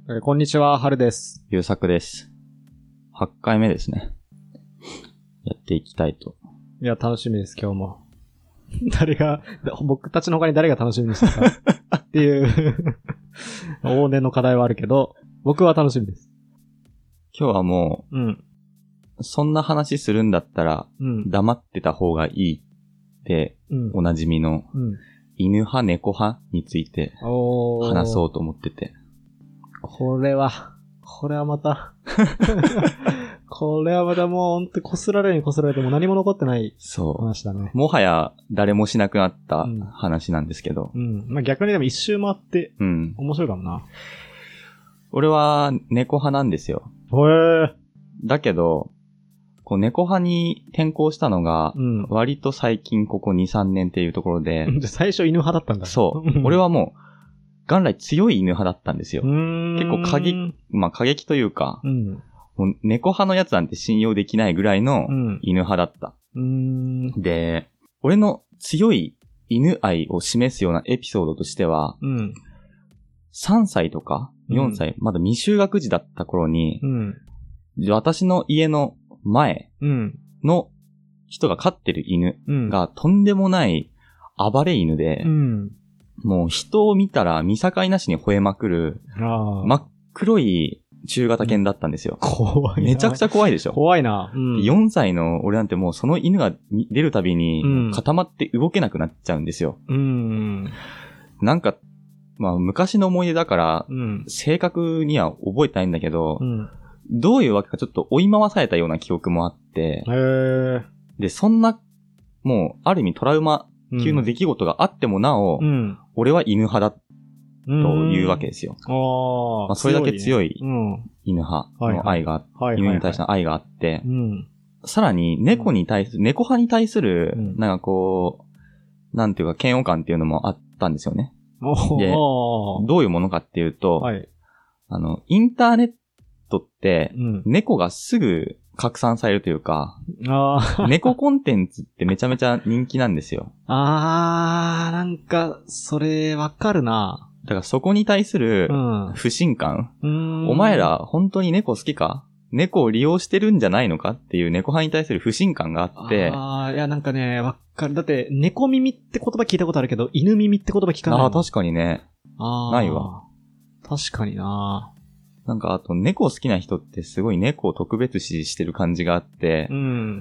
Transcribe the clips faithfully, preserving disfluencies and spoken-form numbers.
えーこんにちは、はるです。 ゆうさくです。はちかいめですね。やっていきたいと。 いや、楽しみです、今日も。誰が、僕たちの他に誰が楽しみにしてたかっていう往年の課題はあるけど、僕は楽しみです。 今日はもう、うん。 そんな話するんだったら、 うん。 黙ってた方がいいって、 うん、 おなじみの、 うん、 犬派猫派について話そうと思ってて。 これは、これはまた、これはまたもうほんと擦られに擦られても何も残ってない話だね。 そう。もはや誰もしなくなった話なんですけど。 うん。うん、まあ逆にでも一周回って、うん。面白いかもな。 俺は猫派なんですよ。 へー。 だけど、こう猫派に転向したのが、割と最近ここに、さんねんっていうところで。 うん、最初犬派だったんだ。 そう。俺はもう、元来強い犬派だったんですよ。結構過激、まあ過激というか、うん、もう猫派のやつなんて信用できないぐらいの犬派だった。うん、で、俺の強い犬愛を示すようなエピソードとしては、うん、さんさいとかよんさい、うん、まだ未就学児だった頃に、うん、私の家の前の人が飼ってる犬がとんでもない暴れ犬で、うん、もう人を見たら見境なしに吠えまくる真っ黒い中型犬だったんですよ。 怖いな。 めちゃくちゃ怖いでしょ。 怖いな。 うん、よんさいの俺なんてもうその犬が出るたびに固まって動けなくなっちゃうんですよ。うん、なんか、まあ昔の思い出だから、うん、正確には覚えてないんだけど、うん、どういうわけかちょっと追い回されたような記憶もあって、へー。で、そんな、もうある意味トラウマ級の出来事があってもなお、うん、俺は犬派だというわけですよ。あまあ、それだけ強い犬派の愛が、犬に対しての愛があって、うん、さらに猫に対する、猫派に対する、なんかこう、なんていうか嫌悪感っていうのもあったんですよね。で、どういうものかっていうと、はい、あの、インターネットって、猫がすぐ拡散されるというか、あ猫コンテンツってめちゃめちゃ人気なんですよ。 あー、なんか、それわかるな。 だからそこに対する不信感、うん、お前ら本当に猫好きか？猫を利用してるんじゃないのかっていう猫派に対する不信感があって。 ああ、いやなんかね、わかる。だって猫耳って言葉聞いたことあるけど、犬耳って言葉聞かない。 ああ、確かにね。あないわ。 確かにな。 なんかあと猫好きな人ってすごい猫を特別視してる感じがあって、うん、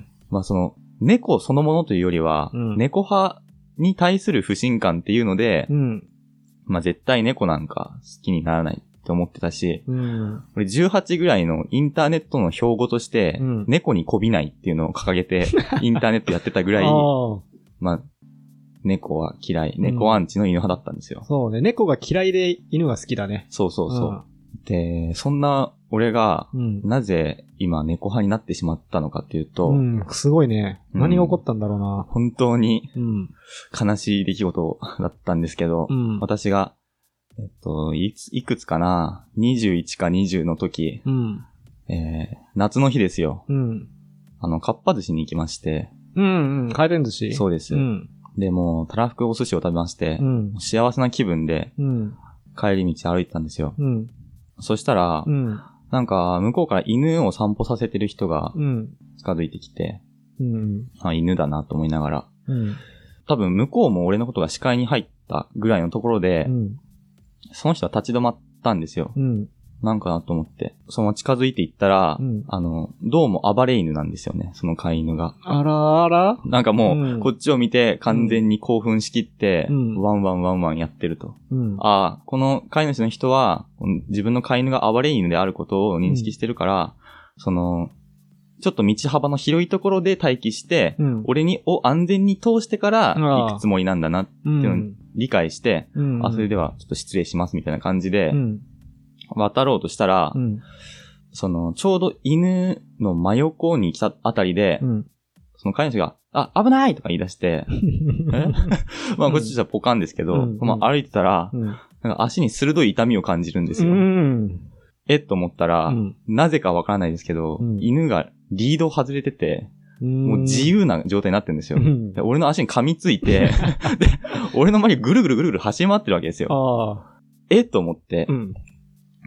まあその猫そのものというよりは、うん、猫派に対する不信感っていうので、うん、まあ絶対猫なんか好きにならないって思ってたし、うん、俺じゅうはちぐらいのインターネットの標語として、うん、猫に媚びないっていうのを掲げてインターネットやってたぐらい、まあ猫は嫌い、猫アンチの犬派だったんですよ。 うん、そうね、猫が嫌いで犬が好きだね。 そうそうそう。うんで、そんな俺が、なぜ今猫派になってしまったのかっていうと、 うん、すごいね。何が起こったんだろうな。うん、 本当に悲しい出来事だったんですけど、うん、私が、えっと、いつ、いくつかな、にじゅういちかにじゅうの時、うんえー、夏の日ですよ。うん、あの、かっぱ寿司に行きまして、 うんうん、回転寿司そうです。うん、で、もう、たらふくお寿司を食べまして、うん、幸せな気分で、うん、帰り道歩いてたんですよ。うんそしたら、うん、なんか、向こうから犬を散歩させてる人が、近づいてきて、うん、あ、犬だなと思いながら、うん、多分向こうも俺のことが視界に入ったぐらいのところで、うん、その人は立ち止まったんですよ。うん、なんかなと思って。その近づいていったら、うん、あの、どうも暴れ犬なんですよね、その飼い犬が。 あらあらなんかもう、うん、こっちを見て完全に興奮しきって、うん、ワンワンワンワンやってると。うん、ああ、この飼い主の人は、自分の飼い犬が暴れ犬であることを認識してるから、うん、その、ちょっと道幅の広いところで待機して、うん、俺にを安全に通してから行くつもりなんだなっていうのを理解して、うん、あ、それではちょっと失礼しますみたいな感じで、うん渡ろうとしたら、うん、その、ちょうど犬の真横に来たあたりで、うん、その飼い主が、あ、危ないとか言い出して、えまあ、こっちじゃポカンですけど、うんまあ、歩いてたら、うん、なんか足に鋭い痛みを感じるんですよ。うん、えっと思ったら、うん、なぜかわからないですけど、うん、犬がリードを外れてて、もう自由な状態になってるんですよ。で俺の足に噛みついて、で、俺の周りぐるぐるぐるぐる走り回ってるわけですよ。えっと思って、うん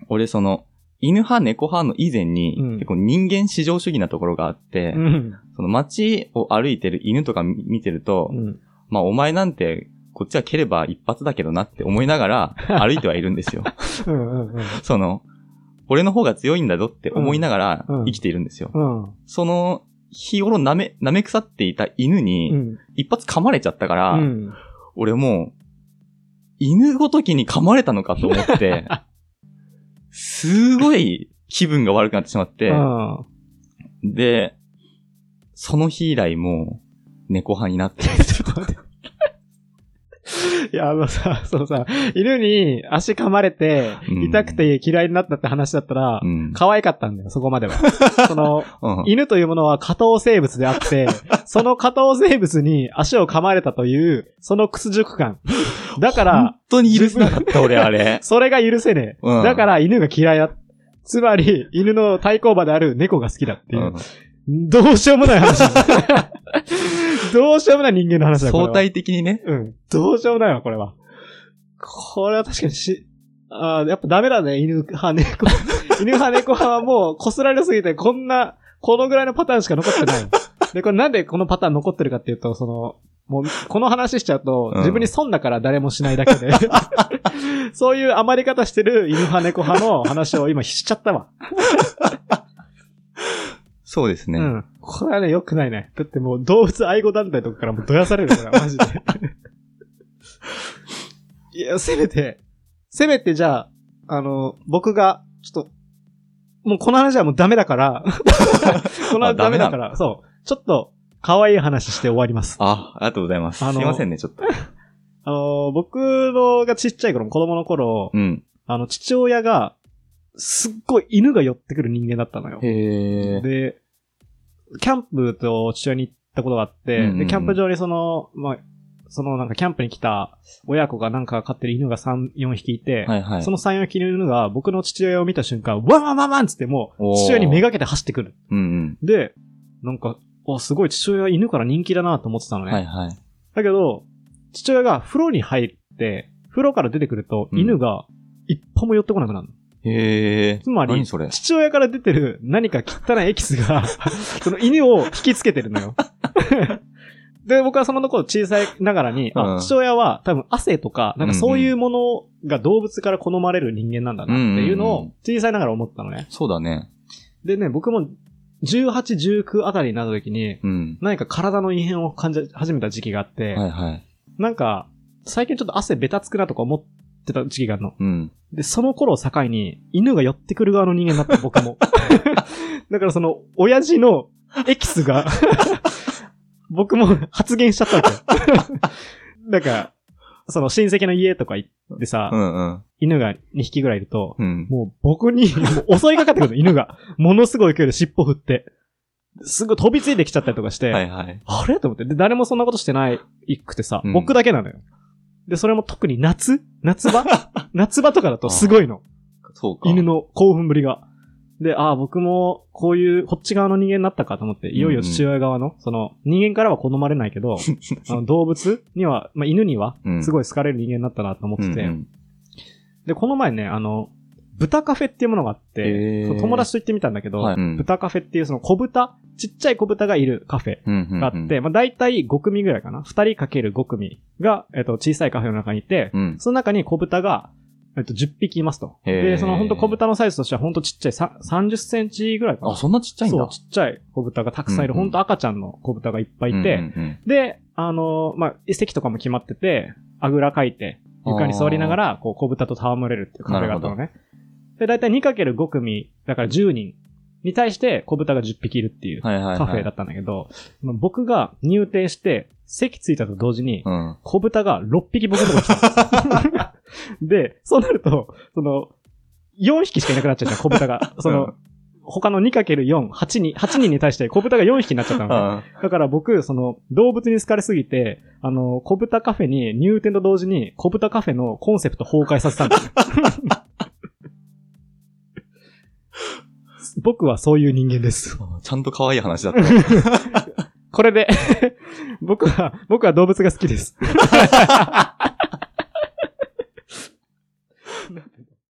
俺その、犬派猫派の以前に、 うん、 結構人間至上主義なところがあって、うん、その街を歩いてる犬とか見てると、うん、まあお前なんてこっちは蹴れば一発だけどなって思いながら歩いてはいるんですよ。うんうんうん、その、俺の方が強いんだぞって思いながら生きているんですよ。うんうん、その、日頃舐め、舐め腐っていた犬に一発噛まれちゃったから、うん、俺もう、犬ごときに噛まれたのかと思って、すごい気分が悪くなってしまって、で、その日以来もう猫派になってるんですよ。 いや、あのさ、そのさ、犬に足噛まれて、痛くて嫌いになったって話だったら、うん、可愛かったんだよ、そこまでは。その、うん、犬というものは下等生物であって、その下等生物に足を噛まれたという、その屈辱感。だから、 本当に許せなかった、俺、あれ。 それが許せねえ、うん。だから犬が嫌いだ。つまり、犬の対抗馬である猫が好きだっていう。うん、どうしようもない話だ。どうしようもない人間の話だ、これは。 相対的にね。 うん。どうしようもないわ、これは。これは確かにし、あやっぱダメだね、犬派猫。犬派猫派はもう、擦られすぎて、こんな、このぐらいのパターンしか残ってない。で、これなんでこのパターン残ってるかっていうと、その、もう、この話しちゃうと、自分に損だから誰もしないだけで、うん、そういう余り方してる犬派猫派の話を今しちゃったわ。 そうですね。うん。 これはね、良くないね。だってもう動物愛護団体とかからもどやされるから、マジで。いや、せめて、せめてじゃあ、あの、僕が、ちょっと、もうこの話はもうダメだから、この話ダメだから、そう、ちょっと、可愛い話して終わります。 あ、ありがとうございます。すいませんね、ちょっと。 あの、僕のがちっちゃい頃、子供の頃、うん、あの、父親が、すっごい犬が寄ってくる人間だったのよ。へー。で、キャンプと父親に行ったことがあって、うんうんうん、で、キャンプ場にその、まあ、そのなんかキャンプに来た親子がなんか飼ってる犬がさん、よんひきいて、はいはい、そのさん、よんひきの犬が僕の父親を見た瞬間、ワンワンワンワンつってもう、父親にめがけて走ってくる。うんうん、で、なんか、お、すごい父親犬から人気だなと思ってたのね。はいはい、だけど、父親が風呂に入って、風呂から出てくると、犬が一歩も寄ってこなくなるの。 へー。 つまり、父親から出てる何か汚いエキスが、その犬を引きつけてるのよ。で、僕はその頃小さいながらに、うん、あ、父親は多分汗とか、なんかそういうものが動物から好まれる人間なんだなっていうのを小さいながら思ったのね。 そうだね。 でね、僕もじゅうはち、じゅうきゅうあたりになった時に、うん、何か体の異変を感じ始めた時期があって、はいはい、なんか、最近ちょっと汗ベタつくなとか思ってた時期があるの。うん、で、その頃を境に、犬が寄ってくる側の人間になった僕も。だからその、親父のエキスが、僕も発言しちゃったわけ。なんか、その親戚の家とか行ってさ、うんうん、犬がにひきぐらいいると、うん、もう僕にもう襲いかかってくるの、犬が。ものすごい勢いで尻尾振って、すぐ飛びついてきちゃったりとかして、はいはい、あれと思って。で、誰もそんなことしてないくてさ、うん、僕だけなのよ。で、それも特に夏夏場夏場とかだとすごいの。 そうか。 犬の興奮ぶりが。で、ああ、僕もこういう、こっち側の人間になったかと思って、いよいよ父親側の、うんうん、その、人間からは好まれないけど、あの動物には、まあ、犬には、すごい好かれる人間になったなと思ってて、うんうん、で、この前ね、あの、豚カフェっていうものがあって、友達と行ってみたんだけど、はいうん、豚カフェっていうその小豚、ちっちゃい小豚がいるカフェがあって、うんうんうん、まあ大体ご組ぐらいかな。ふたりかけるご組が、えっと、小さいカフェの中にいて、うん、その中に小豚が、えっと、じゅっぴきいますと。で、そのほんと小豚のサイズとしてはほんとちっちゃいさんじゅっセンチぐらいかな。 あ、そんなちっちゃいんだ。 そう、ちっちゃい小豚がたくさんいる。うんうん、ほんと赤ちゃんの小豚がいっぱいいて、うんうんうん、で、あの、まあ、席とかも決まってて、あぐらかいて、床に座りながら、こう、小豚と戯れるっていうカフェがあったのね。で、だいたいにかけるご組、だからじゅうにんに対して小豚がじゅっぴきいるっていうカフェだったんだけど、はいはいはい、僕が入店して、席ついたと同時に、うん、小豚がろっぴき僕のとこに来た。で、そうなると、その、よんひきしかいなくなっちゃうじゃん、小豚が。その、他の にかけるよん、はちにん、はちにんに対して小豚がよんひきになっちゃったのね。だから僕、その、動物に好かれすぎて、あの、小豚カフェに入店と同時に小豚カフェのコンセプト崩壊させたんだよ。僕はそういう人間です。 ちゃんと可愛い話だった。 これで、僕は、僕は動物が好きです。